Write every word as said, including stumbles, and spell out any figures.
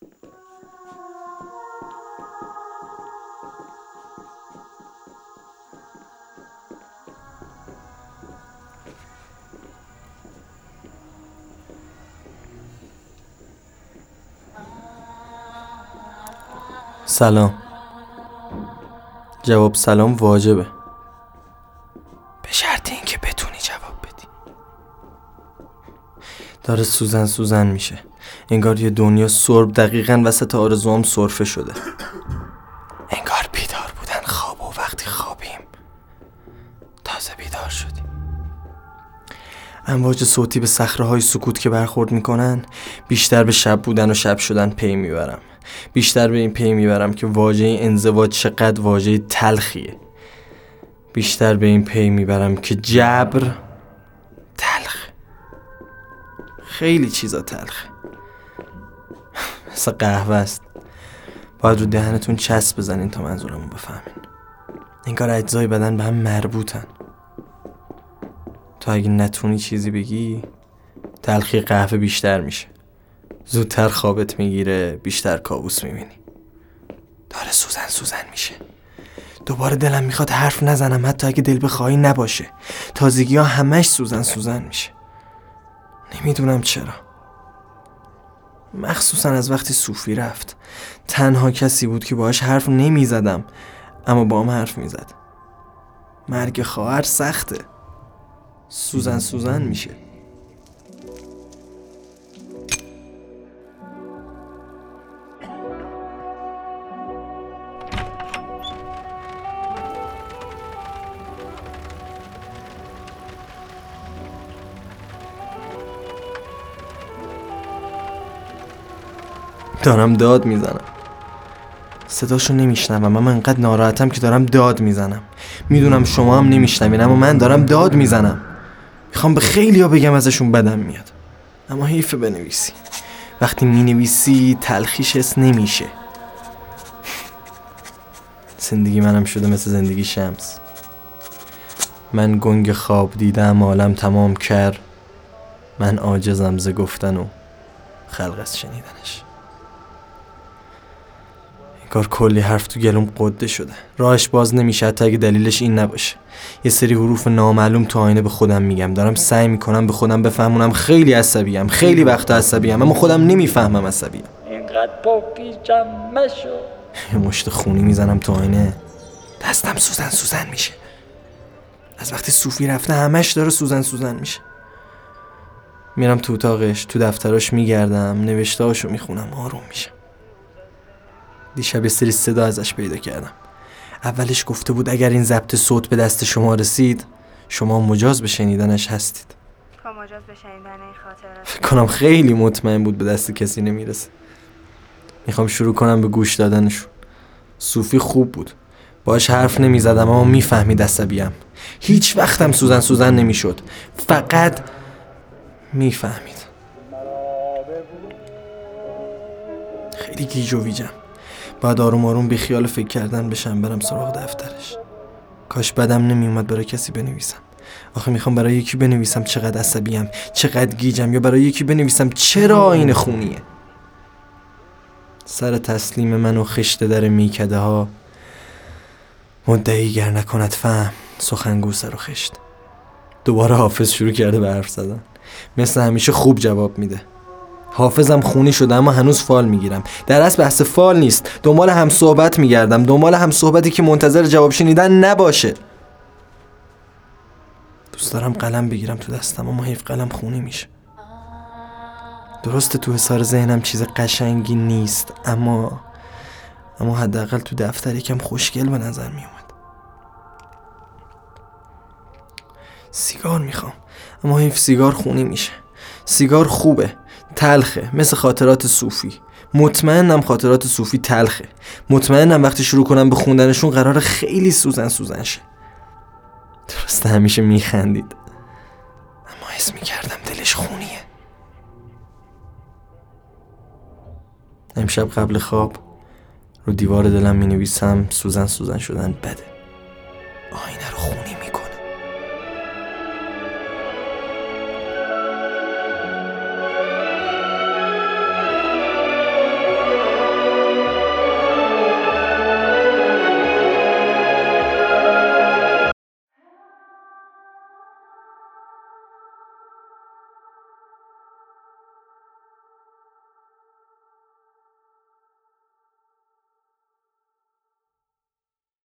سلام. جواب سلام واجبه، به شرط این که بتونی جواب بدی. داره سوزن سوزن میشه، انگار یه دنیا سرب دقیقاً وسط آرزوام سرفه شده. انگار بیدار بودن خواب و وقتی خوابیم تازه بیدار شدیم. امواج صوتی به صخره‌های سکوت که برخورد میکنن بیشتر به شب بودن و شب شدن پی میبرم. بیشتر به این پی میبرم که واژه انزوا چقدر واژه تلخیه. بیشتر به این پی میبرم که جبر تلخ، خیلی چیزا تلخه. مثل قهوه است، باید رو دهنتون چسب بزنین تا منظورمو بفهمین. انگار اجزای بدن به هم مربوطن. تا اگه نتونی چیزی بگی تلخی قهوه بیشتر میشه، زودتر خوابت میگیره، بیشتر کابوس میبینی. داره سوزن سوزن میشه. دوباره دلم میخواد حرف نزنم، حتی اگه دل بخواهی نباشه. تازگی ها همش سوزن سوزن میشه. نمیدونم چرا، مخصوصا از وقتی صوفی رفت. تنها کسی بود که باهاش حرف نمیزدم اما با هم حرف میزد. مرگ خواهر سخته، سوزن سوزن میشه. دارم داد میزنم، صداشو نمیشنوم اما انقدر ناراحتم که دارم داد میزنم. میدونم شما هم نمیشنوین اما من دارم داد میزنم. میخوام به خیلیا بگم ازشون بدم میاد، اما حیفه بنویسی. وقتی مینویسی تلخیش حس نمیشه. زندگی منم شده مثل زندگی شمس. من گنگ خواب دیدم عالم تمام کر، من عاجزم ز گفتن و خلق از شنیدنش. انگار کلی حرف تو گلوم قده شده، راهش باز نمیشه حتی اگه دلیلش این نباشه. یه سری حروف نامعلوم تو آینه به خودم میگم. دارم سعی میکنم به خودم بفهمونم خیلی عصبیم، خیلی وقت عصبیم، اما خودم نمیفهمم عصبیم. اینقدر پاکی جمع شو. یه مشت خونی میزنم تو آینه، دستم سوزن سوزن میشه. از وقتی صوفی رفته همش داره سوزن سوزن میشه. میرم تو اتاقش، تو دفتراش میگردم، نوشته هاشو میخونم، آروم میشم. دیشب یه سری صدا ازش پیدا کردم. اولش گفته بود اگر این ضبط صوت به دست شما رسید شما مجاز به شنیدنش هستید. مجاز به شنیدن این خاطرات. فکر کنم خیلی مطمئن بود به دست کسی نمیرسه. میخوام شروع کنم به گوش دادنشون. صوفی خوب بود، باش حرف نمیزدم اما میفهمید عصبیم. هیچ وقتم سوزن سوزن نمیشد، فقط میفهمید. خیلی گیج و ویجم. بعد آروم آروم بی خیال فکر کردن بشم برم سراغ دفترش. کاش بدم نمی اومد برای کسی بنویسم. آخه میخوام برای یکی بنویسم چقدر عصبیم، چقدر گیجم، یا برای یکی بنویسم چرا آینه خونیه. سر تسلیم من و خشت در میکده ها، مدعی گر نکند فهم سخنگو سر و خشت. دوباره حافظ شروع کرده به حرف زدن. مثل همیشه خوب جواب میده. حافظم خونی شده اما هنوز فال میگیرم. در اصل بحث فال نیست، دنبال هم صحبت میگردم، دنبال هم صحبتی که منتظر جواب شنیدن نباشه. دوست دارم قلم بگیرم تو دستم اما حیف قلم خونی میشه. درسته تو حصار ذهنم چیز قشنگی نیست، اما اما حداقل تو دفتر یکم خوشگل به نظر میومد. سیگار میخوام اما حیف سیگار خونی میشه. سیگار خوبه، تلخه، مثل خاطرات صوفی. مطمئنم خاطرات صوفی تلخه. مطمئنم وقتی شروع کنم به خوندنشون قراره خیلی سوزن سوزن شه. درسته همیشه میخندید اما حس میکردم دلش خونیه. امشب قبل خواب رو دیوار دلم مینویسم سوزن سوزن شدن بده، آینه رو